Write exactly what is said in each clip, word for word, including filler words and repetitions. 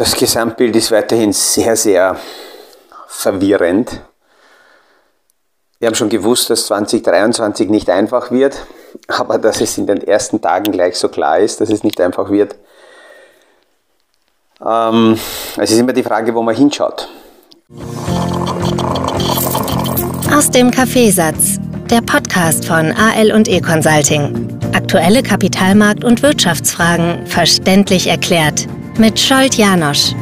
Das Gesamtbild ist weiterhin sehr, sehr verwirrend. Wir haben schon gewusst, dass zwanzig dreiundzwanzig nicht einfach wird, aber dass es in den ersten Tagen gleich so klar ist, dass es nicht einfach wird. Ähm, es ist immer die Frage, wo man hinschaut. Aus dem Kaffeesatz, der Podcast von A L und E Consulting. Aktuelle Kapitalmarkt- und Wirtschaftsfragen verständlich erklärt. Mit Scholt Janosch.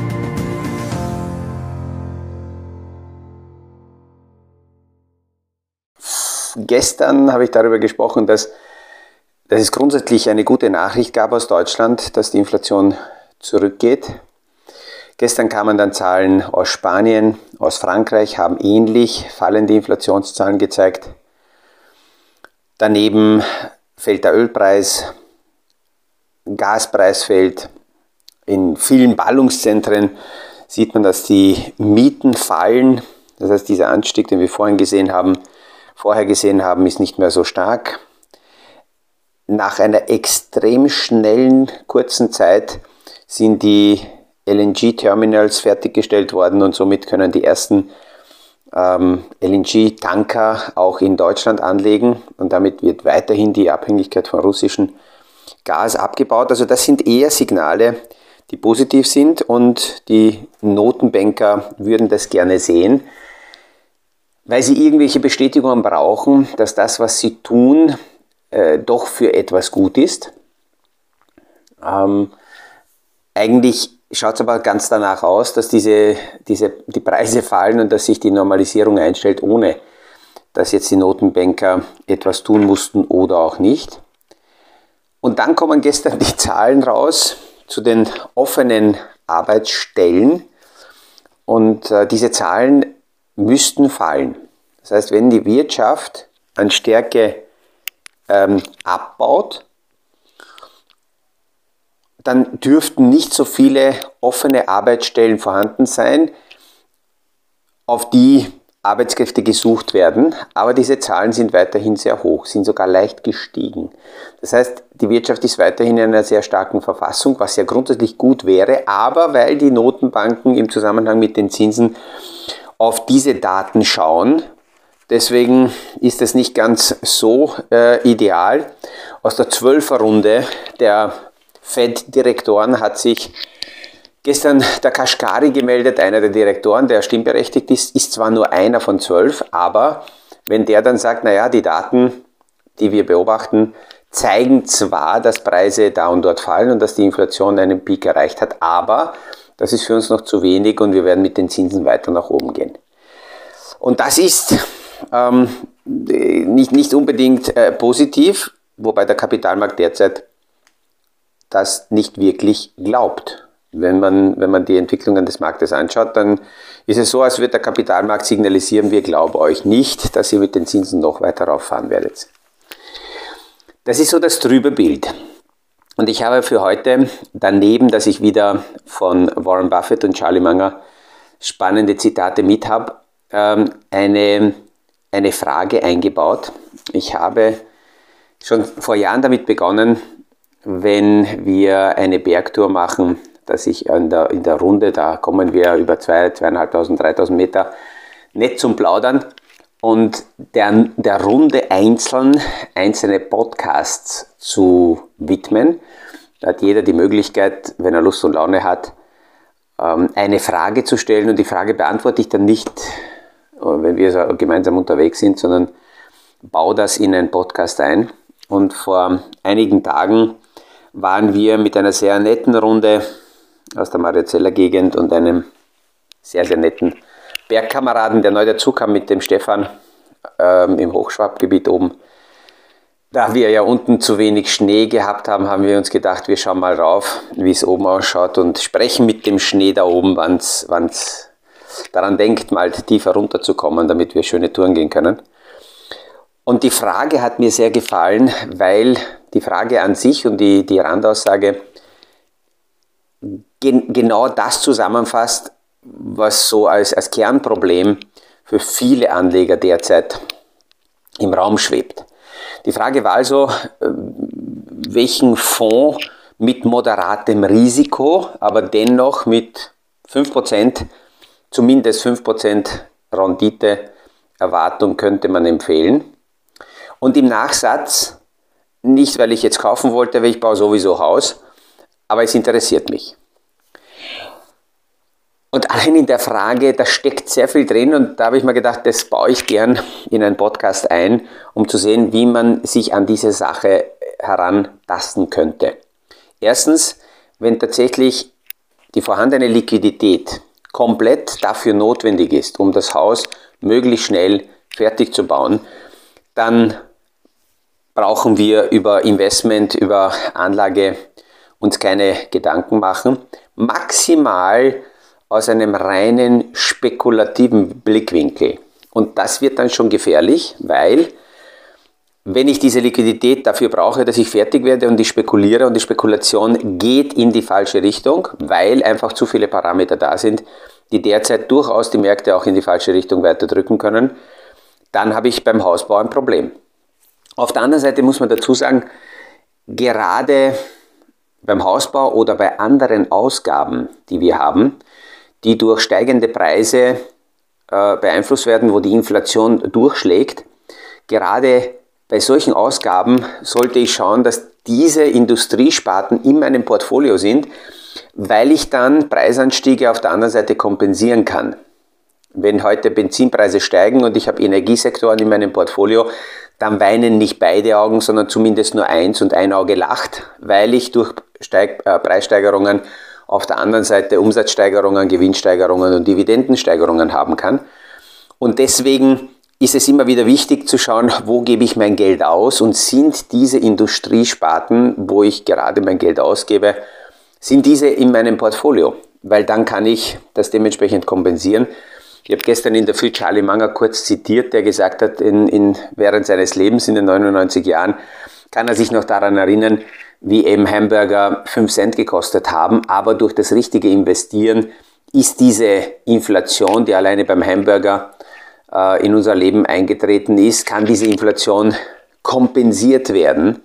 Gestern habe ich darüber gesprochen, dass, dass es grundsätzlich eine gute Nachricht gab aus Deutschland, dass die Inflation zurückgeht. Gestern kamen dann Zahlen aus Spanien, aus Frankreich, haben ähnlich fallende Inflationszahlen gezeigt. Daneben fällt der Ölpreis, Gaspreis fällt. In vielen Ballungszentren sieht man, dass die Mieten fallen. Das heißt, dieser Anstieg, den wir vorhin gesehen haben, vorher gesehen haben, ist nicht mehr so stark. Nach einer extrem schnellen, kurzen Zeit sind die L N G-Terminals fertiggestellt worden und somit können die ersten ähm, L N G-Tanker auch in Deutschland anlegen und damit wird weiterhin die Abhängigkeit von russischem Gas abgebaut. Also das sind eher Signale, die positiv sind und die Notenbanker würden das gerne sehen, weil sie irgendwelche Bestätigungen brauchen, dass das, was sie tun, äh, doch für etwas gut ist. Ähm, eigentlich schaut es aber ganz danach aus, dass diese, diese, die Preise fallen und dass sich die Normalisierung einstellt, ohne dass jetzt die Notenbanker etwas tun mussten oder auch nicht. Und dann kommen gestern die Zahlen raus zu den offenen Arbeitsstellen und äh, diese Zahlen müssten fallen. Das heißt, wenn die Wirtschaft an Stärke ähm, abbaut, dann dürften nicht so viele offene Arbeitsstellen vorhanden sein, auf die Arbeitskräfte gesucht werden, aber diese Zahlen sind weiterhin sehr hoch, sind sogar leicht gestiegen. Das heißt, die Wirtschaft ist weiterhin in einer sehr starken Verfassung, was ja grundsätzlich gut wäre, aber weil die Notenbanken im Zusammenhang mit den Zinsen auf diese Daten schauen, deswegen ist es nicht ganz so äh, ideal. Aus der Zwölferrunde der Fed-Direktoren hat sich gestern der Kashkari gemeldet, einer der Direktoren, der stimmberechtigt ist, ist zwar nur einer von zwölf, aber wenn der dann sagt, naja, die Daten, die wir beobachten, zeigen zwar, dass Preise da und dort fallen und dass die Inflation einen Peak erreicht hat, aber das ist für uns noch zu wenig und wir werden mit den Zinsen weiter nach oben gehen. Und das ist ähm, nicht, nicht unbedingt äh, positiv, wobei der Kapitalmarkt derzeit das nicht wirklich glaubt. Wenn man, wenn man die Entwicklungen des Marktes anschaut, dann ist es so, als würde der Kapitalmarkt signalisieren, wir glauben euch nicht, dass ihr mit den Zinsen noch weiter rauffahren werdet. Das ist so das trübe Bild. Und ich habe für heute daneben, dass ich wieder von Warren Buffett und Charlie Munger spannende Zitate mit habe, eine, eine Frage eingebaut. Ich habe schon vor Jahren damit begonnen, wenn wir eine Bergtour machen, dass ich in der, in der Runde, da kommen wir über zwei, zweieinhalbtausend, dreitausend Meter, nett zum Plaudern und der, der Runde einzeln einzelne Podcasts zu widmen. Da hat jeder die Möglichkeit, wenn er Lust und Laune hat, eine Frage zu stellen und die Frage beantworte ich dann nicht, wenn wir so gemeinsam unterwegs sind, sondern baue das in einen Podcast ein. Und vor einigen Tagen waren wir mit einer sehr netten Runde aus der Mariazeller Gegend und einem sehr, sehr netten Bergkameraden, der neu dazu kam mit dem Stefan ähm, im Hochschwabgebiet oben. Da wir ja unten zu wenig Schnee gehabt haben, haben wir uns gedacht, wir schauen mal rauf, wie es oben ausschaut und sprechen mit dem Schnee da oben, wann es daran denkt, mal tiefer runterzukommen, damit wir schöne Touren gehen können. Und die Frage hat mir sehr gefallen, weil die Frage an sich und die, die Randaussage gen, genau das zusammenfasst, was so als, als Kernproblem für viele Anleger derzeit im Raum schwebt. Die Frage war also, welchen Fonds mit moderatem Risiko, aber dennoch mit fünf Prozent, zumindest fünf Prozent Rendite-Erwartung könnte man empfehlen. Und im Nachsatz, nicht weil ich jetzt kaufen wollte, weil ich baue sowieso Haus, aber es interessiert mich. Und allein in der Frage, da steckt sehr viel drin und da habe ich mir gedacht, das baue ich gern in einen Podcast ein, um zu sehen, wie man sich an diese Sache herantasten könnte. Erstens, wenn tatsächlich die vorhandene Liquidität komplett dafür notwendig ist, um das Haus möglichst schnell fertig zu bauen, dann brauchen wir über Investment, über Anlage uns keine Gedanken machen. Maximal aus einem reinen spekulativen Blickwinkel. Und das wird dann schon gefährlich, weil wenn ich diese Liquidität dafür brauche, dass ich fertig werde und ich spekuliere und die Spekulation geht in die falsche Richtung, weil einfach zu viele Parameter da sind, die derzeit durchaus die Märkte auch in die falsche Richtung weiter drücken können, dann habe ich beim Hausbau ein Problem. Auf der anderen Seite muss man dazu sagen, gerade beim Hausbau oder bei anderen Ausgaben, die wir haben, die durch steigende Preise äh, beeinflusst werden, wo die Inflation durchschlägt. Gerade bei solchen Ausgaben sollte ich schauen, dass diese Industriesparten in meinem Portfolio sind, weil ich dann Preisanstiege auf der anderen Seite kompensieren kann. Wenn heute Benzinpreise steigen und ich habe Energiesektoren in meinem Portfolio, dann weinen nicht beide Augen, sondern zumindest nur eins und ein Auge lacht, weil ich durch Steig, äh, Preissteigerungen auf der anderen Seite Umsatzsteigerungen, Gewinnsteigerungen und Dividendensteigerungen haben kann. Und deswegen ist es immer wieder wichtig zu schauen, wo gebe ich mein Geld aus und sind diese Industriesparten, wo ich gerade mein Geld ausgebe, sind diese in meinem Portfolio, weil dann kann ich das dementsprechend kompensieren. Ich habe gestern in der Früh Charlie Munger kurz zitiert, der gesagt hat, in, in, während seines Lebens in den neunundneunzig Jahren kann er sich noch daran erinnern, wie eben Hamburger fünf Cent gekostet haben, aber durch das richtige Investieren ist diese Inflation, die alleine beim Hamburger äh, in unser Leben eingetreten ist, kann diese Inflation kompensiert werden.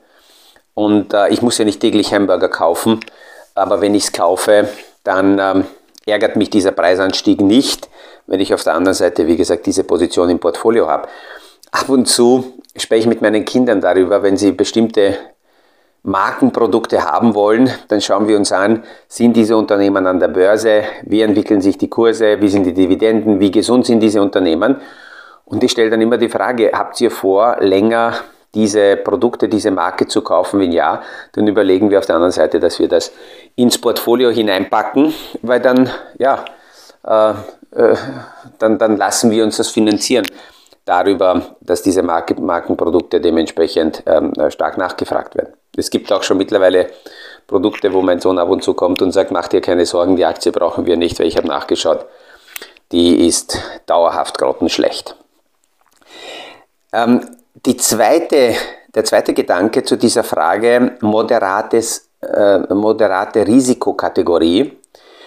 Und äh, ich muss ja nicht täglich Hamburger kaufen, aber wenn ich es kaufe, dann ähm, ärgert mich dieser Preisanstieg nicht, wenn ich auf der anderen Seite, wie gesagt, diese Position im Portfolio habe. Ab und zu spreche ich mit meinen Kindern darüber, wenn sie bestimmte Markenprodukte haben wollen, dann schauen wir uns an, sind diese Unternehmen an der Börse, wie entwickeln sich die Kurse, wie sind die Dividenden, wie gesund sind diese Unternehmen. Und ich stelle dann immer die Frage, habt ihr vor, länger diese Produkte, diese Marke zu kaufen? Wenn ja, dann überlegen wir auf der anderen Seite, dass wir das ins Portfolio hineinpacken, weil dann, ja, äh, äh, dann, dann lassen wir uns das finanzieren darüber, dass diese Marke, Markenprodukte dementsprechend ähm, stark nachgefragt werden. Es gibt auch schon mittlerweile Produkte, wo mein Sohn ab und zu kommt und sagt, mach dir keine Sorgen, die Aktie brauchen wir nicht, weil ich habe nachgeschaut, die ist dauerhaft grottenschlecht. Ähm, die zweite, der zweite Gedanke zu dieser Frage, moderates, äh, moderate Risikokategorie.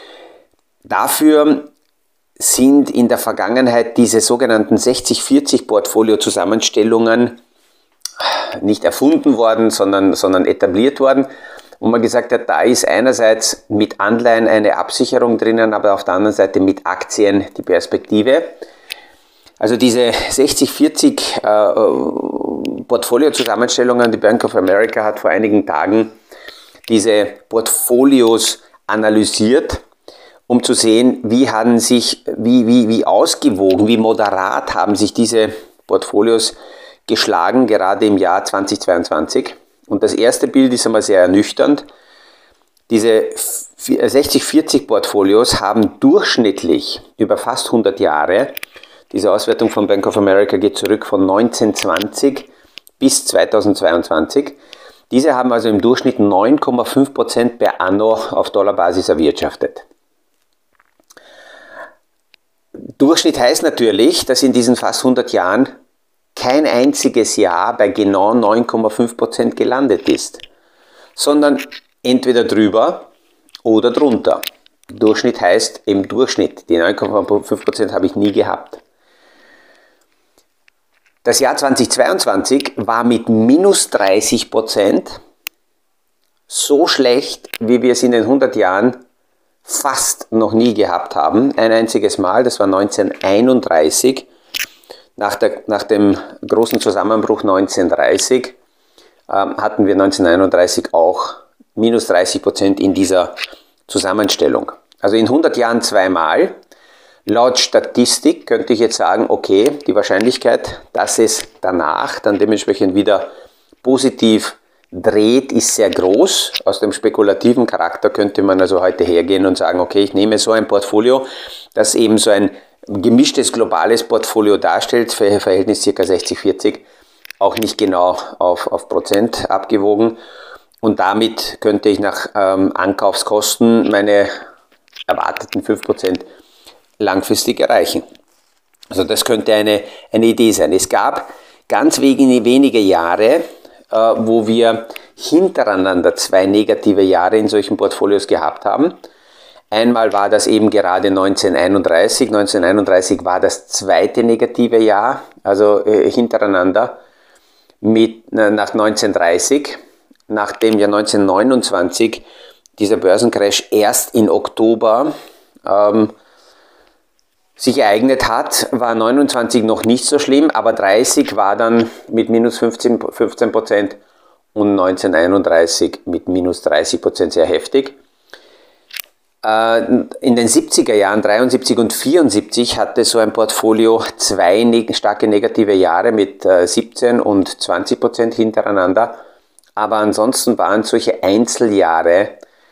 Dafür sind in der Vergangenheit diese sogenannten sechzig vierzig Portfolio-Zusammenstellungen nicht erfunden worden, sondern, sondern etabliert worden, wo man gesagt hat, da ist einerseits mit Anleihen eine Absicherung drinnen, aber auf der anderen Seite mit Aktien die Perspektive. Also diese sechzig vierzig äh, Portfolio-Zusammenstellungen, die Bank of America hat vor einigen Tagen diese Portfolios analysiert, um zu sehen, wie haben sich, wie, wie, wie ausgewogen, wie moderat haben sich diese Portfolios geschlagen, gerade im Jahr zweitausendzweiundzwanzig. Und das erste Bild ist einmal sehr ernüchternd. Diese sechzig vierzig Portfolios haben durchschnittlich über fast hundert Jahre, diese Auswertung von Bank of America geht zurück von neunzehnhundertzwanzig bis zweitausendzweiundzwanzig. Diese haben also im Durchschnitt neun Komma fünf Prozent per anno auf Dollarbasis erwirtschaftet. Durchschnitt heißt natürlich, dass in diesen fast hundert Jahren kein einziges Jahr bei genau neun Komma fünf Prozent gelandet ist, sondern entweder drüber oder drunter. Durchschnitt heißt im Durchschnitt, die neun Komma fünf Prozent habe ich nie gehabt. Das Jahr zweitausendzweiundzwanzig war mit minus dreißig Prozent so schlecht, wie wir es in den hundert Jahren fast noch nie gehabt haben. Ein einziges Mal, das war neunzehnhunderteinunddreißig, nach, der, nach dem großen Zusammenbruch neunzehnhundertdreißig, ähm, hatten wir neunzehnhunderteinunddreißig auch minus dreißig Prozent in dieser Zusammenstellung. Also in hundert Jahren zweimal. Laut Statistik könnte ich jetzt sagen, okay, die Wahrscheinlichkeit, dass es danach dann dementsprechend wieder positiv dreht, ist sehr groß. Aus dem spekulativen Charakter könnte man also heute hergehen und sagen, okay, ich nehme so ein Portfolio, das eben so ein gemischtes globales Portfolio darstellt, für Verhältnis ca. sechzig vierzig, auch nicht genau auf, auf Prozent abgewogen. Und damit könnte ich nach ähm, Ankaufskosten meine erwarteten fünf Prozent langfristig erreichen. Also das könnte eine, eine Idee sein. Es gab ganz wenige Jahre, äh, wo wir hintereinander zwei negative Jahre in solchen Portfolios gehabt haben. Einmal war das eben gerade neunzehnhunderteinunddreißig. neunzehnhunderteinunddreißig war das zweite negative Jahr, also äh, hintereinander mit, äh, nach neunzehnhundertdreißig, nachdem ja neunzehnhundertneunundzwanzig dieser Börsencrash erst in Oktober ähm, sich ereignet hat, war neunundzwanzig noch nicht so schlimm, aber dreißig war dann mit minus fünfzehn Prozent und neunzehnhunderteinunddreißig mit minus dreißig Prozent sehr heftig. In den siebziger Jahren, dreiundsiebzig und vierundsiebzig, hatte so ein Portfolio zwei ne- starke negative Jahre mit siebzehn und zwanzig Prozent hintereinander, aber ansonsten waren solche Einzeljahre,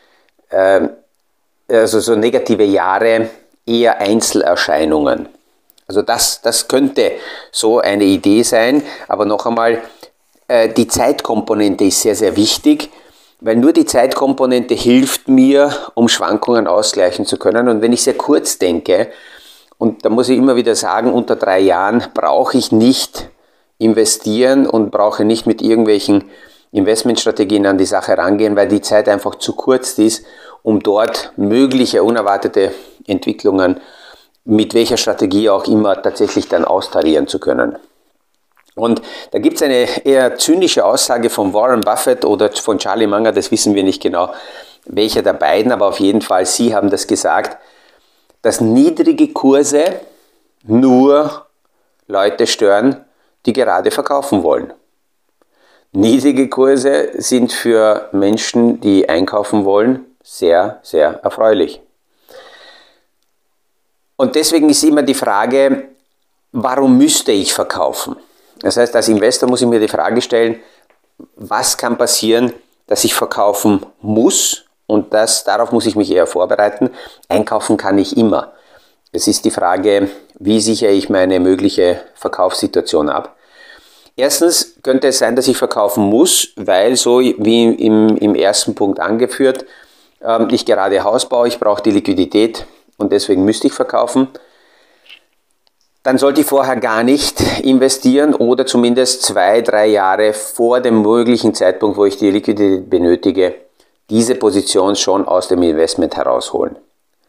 also so negative Jahre, eher Einzelerscheinungen. Also das, das könnte so eine Idee sein, aber noch einmal, äh, die Zeitkomponente ist sehr, sehr wichtig, weil nur die Zeitkomponente hilft mir, um Schwankungen ausgleichen zu können. Und wenn ich sehr kurz denke, und da muss ich immer wieder sagen, unter drei Jahren brauche ich nicht investieren und brauche nicht mit irgendwelchen Investmentstrategien an die Sache rangehen, weil die Zeit einfach zu kurz ist, um dort mögliche unerwartete Entwicklungen mit welcher Strategie auch immer tatsächlich dann austarieren zu können. Und da gibt es eine eher zynische Aussage von Warren Buffett oder von Charlie Munger, das wissen wir nicht genau, welcher der beiden, aber auf jeden Fall, sie haben das gesagt, dass niedrige Kurse nur Leute stören, die gerade verkaufen wollen. Niedrige Kurse sind für Menschen, die einkaufen wollen, sehr, sehr erfreulich. Und deswegen ist immer die Frage, warum müsste ich verkaufen? Das heißt, als Investor muss ich mir die Frage stellen, was kann passieren, dass ich verkaufen muss? Und das, darauf muss ich mich eher vorbereiten. Einkaufen kann ich immer. Es ist die Frage, wie sichere ich meine mögliche Verkaufssituation ab? Erstens könnte es sein, dass ich verkaufen muss, weil so wie im, im ersten Punkt angeführt, ähm, ich gerade Haus baue, ich brauche die Liquidität und deswegen müsste ich verkaufen. Dann sollte ich vorher gar nicht investieren oder zumindest zwei, drei Jahre vor dem möglichen Zeitpunkt, wo ich die Liquidität benötige, diese Position schon aus dem Investment herausholen.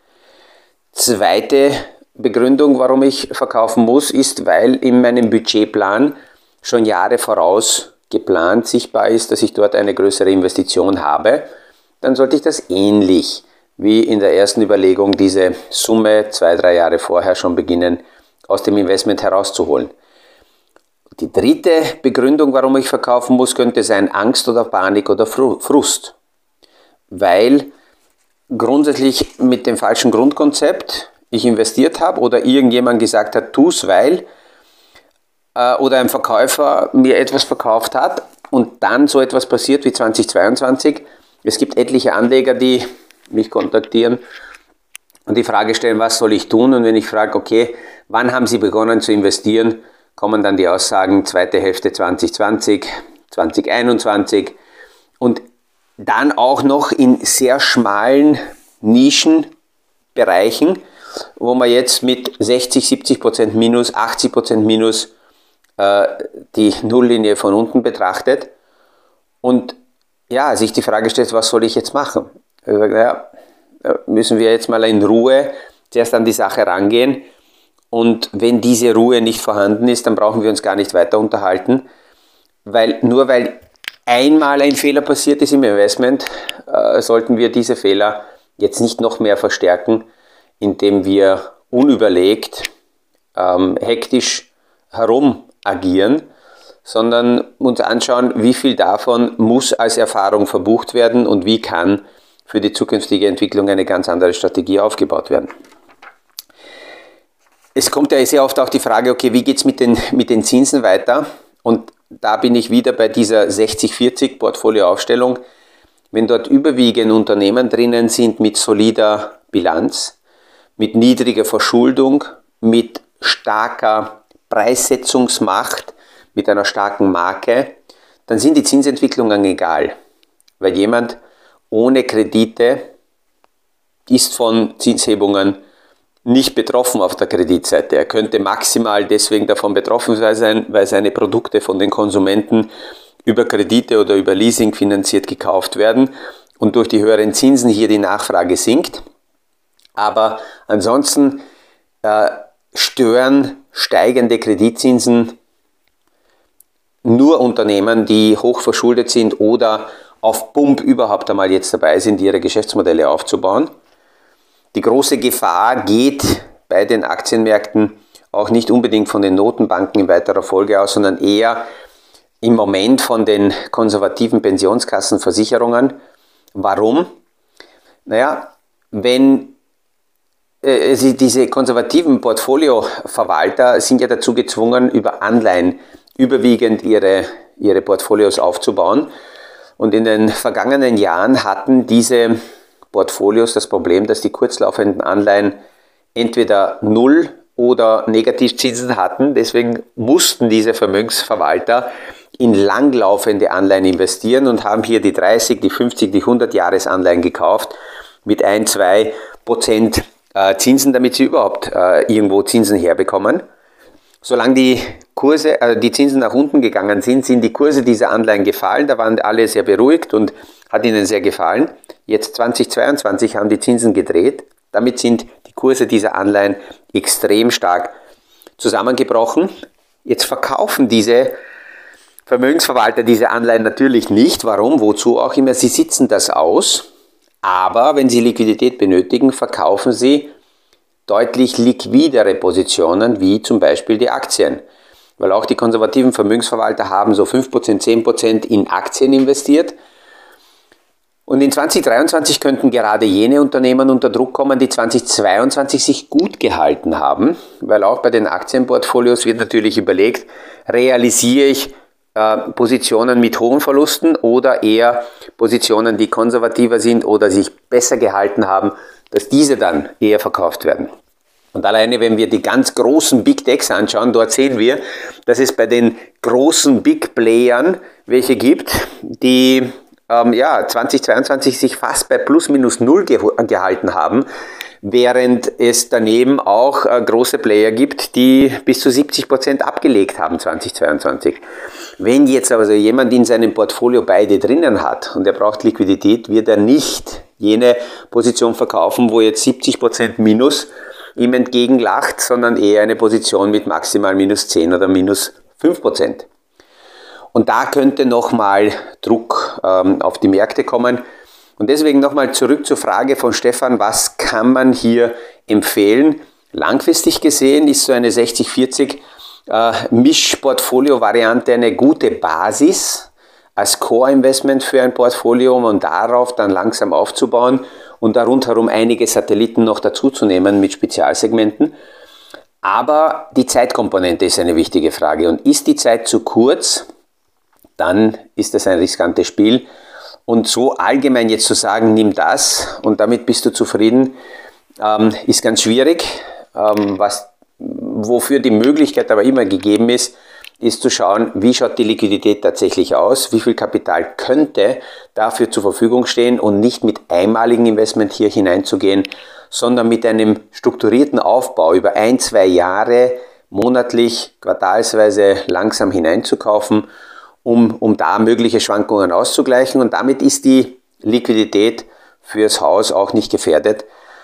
Zweite Begründung, warum ich verkaufen muss, ist, weil in meinem Budgetplan schon Jahre voraus geplant sichtbar ist, dass ich dort eine größere Investition habe. Dann sollte ich das ähnlich wie in der ersten Überlegung diese Summe zwei, drei Jahre vorher schon beginnen, aus dem Investment herauszuholen. Die dritte Begründung, warum ich verkaufen muss, könnte sein Angst oder Panik oder Frust. Weil grundsätzlich mit dem falschen Grundkonzept ich investiert habe oder irgendjemand gesagt hat, tu's, weil, äh, oder ein Verkäufer mir etwas verkauft hat und dann so etwas passiert wie zweitausendzweiundzwanzig. Es gibt etliche Anleger, die mich kontaktieren und die Frage stellen, was soll ich tun? Und wenn ich frage, okay, wann haben Sie begonnen zu investieren, kommen dann die Aussagen, zweite Hälfte zwanzig zwanzig, zwanzig einundzwanzig und dann auch noch in sehr schmalen Nischenbereichen, wo man jetzt mit sechzig, siebzig Prozent Minus, achtzig Prozent Minus äh, die Nulllinie von unten betrachtet und ja, sich die Frage stellt, was soll ich jetzt machen? Also, ja, müssen wir jetzt mal in Ruhe zuerst an die Sache rangehen und wenn diese Ruhe nicht vorhanden ist, dann brauchen wir uns gar nicht weiter unterhalten, weil nur weil einmal ein Fehler passiert ist im Investment, äh, sollten wir diese Fehler jetzt nicht noch mehr verstärken, indem wir unüberlegt, ähm, hektisch herum agieren, sondern uns anschauen, wie viel davon muss als Erfahrung verbucht werden und wie kann für die zukünftige Entwicklung eine ganz andere Strategie aufgebaut werden. Es kommt ja sehr oft auch die Frage, okay, wie geht es mit den, mit den Zinsen weiter? Und da bin ich wieder bei dieser sechzig vierzig Portfolioaufstellung. Wenn dort überwiegend Unternehmen drinnen sind mit solider Bilanz, mit niedriger Verschuldung, mit starker Preissetzungsmacht, mit einer starken Marke, dann sind die Zinsentwicklungen egal. Weil jemand ohne Kredite ist von Zinshebungen nicht betroffen auf der Kreditseite. Er könnte maximal deswegen davon betroffen sein, weil seine Produkte von den Konsumenten über Kredite oder über Leasing finanziert gekauft werden und durch die höheren Zinsen hier die Nachfrage sinkt. Aber ansonsten äh, stören steigende Kreditzinsen nur Unternehmen, die hoch verschuldet sind oder auf Pump überhaupt einmal jetzt dabei sind, ihre Geschäftsmodelle aufzubauen. Die große Gefahr geht bei den Aktienmärkten auch nicht unbedingt von den Notenbanken in weiterer Folge aus, sondern eher im Moment von den konservativen Pensionskassenversicherungen. Warum? Naja, wenn äh, sie, diese konservativen Portfolioverwalter sind ja dazu gezwungen, über Anleihen überwiegend ihre, ihre Portfolios aufzubauen. Und in den vergangenen Jahren hatten diese Portfolios das Problem, dass die kurzlaufenden Anleihen entweder Null- oder Negativzinsen hatten. Deswegen mussten diese Vermögensverwalter in langlaufende Anleihen investieren und haben hier die dreißig, die fünfzig, die hundert Jahresanleihen gekauft mit ein, zwei Prozent Zinsen, damit sie überhaupt irgendwo Zinsen herbekommen. Solange die Kurse, äh, die Zinsen nach unten gegangen sind, sind die Kurse dieser Anleihen gefallen. Da waren alle sehr beruhigt und hat ihnen sehr gefallen. Jetzt zweitausendzweiundzwanzig haben die Zinsen gedreht. Damit sind die Kurse dieser Anleihen extrem stark zusammengebrochen. Jetzt verkaufen diese Vermögensverwalter diese Anleihen natürlich nicht. Warum? Wozu auch immer? Sie sitzen das aus. Aber wenn sie Liquidität benötigen, verkaufen sie deutlich liquidere Positionen, wie zum Beispiel die Aktien. Weil auch die konservativen Vermögensverwalter haben so fünf Prozent, zehn Prozent in Aktien investiert. Und in zweitausenddreiundzwanzig könnten gerade jene Unternehmen unter Druck kommen, die zweitausendzweiundzwanzig sich gut gehalten haben. Weil auch bei den Aktienportfolios wird natürlich überlegt, realisiere ich äh, Positionen mit hohen Verlusten oder eher Positionen, die konservativer sind oder sich besser gehalten haben, dass diese dann eher verkauft werden. Und alleine, wenn wir die ganz großen Big Techs anschauen, dort sehen wir, dass es bei den großen Big Playern welche gibt, die ähm, ja, zweitausendzweiundzwanzig sich fast bei plus minus null ge gehalten haben, während es daneben auch äh, große Player gibt, die bis zu siebzig Prozent abgelegt haben zweitausendzweiundzwanzig. Wenn jetzt also jemand in seinem Portfolio beide drinnen hat und er braucht Liquidität, wird er nicht jene Position verkaufen, wo jetzt siebzig Prozent Minus ihm entgegenlacht, sondern eher eine Position mit maximal minus zehn oder minus fünf Prozent. Und da könnte nochmal Druck ähm, auf die Märkte kommen. Und deswegen nochmal zurück zur Frage von Stefan, was kann man hier empfehlen? Langfristig gesehen ist so eine sechzig vierzig äh, Mischportfolio-Variante eine gute Basis als Core-Investment für ein Portfolio, um darauf dann langsam aufzubauen und da rundherum einige Satelliten noch dazuzunehmen mit Spezialsegmenten. Aber die Zeitkomponente ist eine wichtige Frage. Und ist die Zeit zu kurz, dann ist das ein riskantes Spiel. Und so allgemein jetzt zu sagen, nimm das und damit bist du zufrieden, ähm, ist ganz schwierig. Ähm, was, wofür die Möglichkeit aber immer gegeben ist, ist zu schauen, wie schaut die Liquidität tatsächlich aus, wie viel Kapital könnte dafür zur Verfügung stehen und nicht mit einmaligen Investment hier hineinzugehen, sondern mit einem strukturierten Aufbau über ein, zwei Jahre monatlich, quartalsweise langsam hineinzukaufen, um, um da mögliche Schwankungen auszugleichen. Und damit ist die Liquidität fürs Haus auch nicht gefährdet.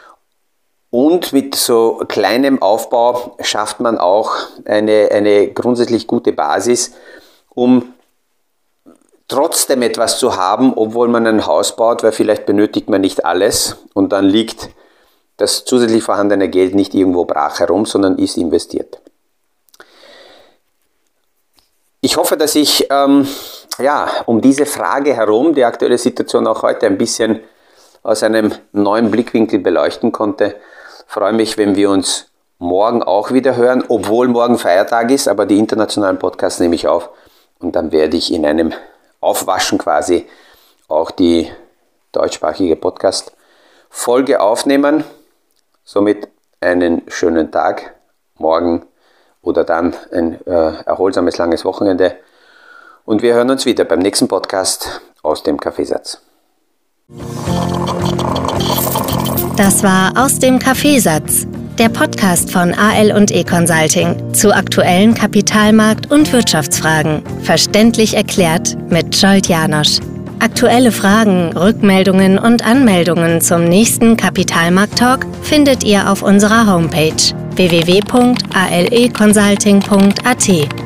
Und mit so kleinem Aufbau schafft man auch eine, eine grundsätzlich gute Basis, um trotzdem etwas zu haben, obwohl man ein Haus baut, weil vielleicht benötigt man nicht alles und dann liegt das zusätzlich vorhandene Geld nicht irgendwo brach herum, sondern ist investiert. Ich hoffe, dass ich ähm, ja, um diese Frage herum die aktuelle Situation auch heute ein bisschen aus einem neuen Blickwinkel beleuchten konnte. Ich freue mich, wenn wir uns morgen auch wieder hören, obwohl morgen Feiertag ist, aber die internationalen Podcasts nehme ich auf und dann werde ich in einem Aufwaschen quasi auch die deutschsprachige Podcast-Folge aufnehmen. Somit einen schönen Tag, morgen oder dann ein äh, erholsames, langes Wochenende. Und wir hören uns wieder beim nächsten Podcast aus dem Kaffeesatz. Das war Aus dem Kaffeesatz, der Podcast von A L und E Consulting zu aktuellen Kapitalmarkt- und Wirtschaftsfragen. Verständlich erklärt mit Scholt Janosch. Aktuelle Fragen, Rückmeldungen und Anmeldungen zum nächsten Kapitalmarkt-Talk findet ihr auf unserer Homepage w w w punkt a l e consulting punkt a t.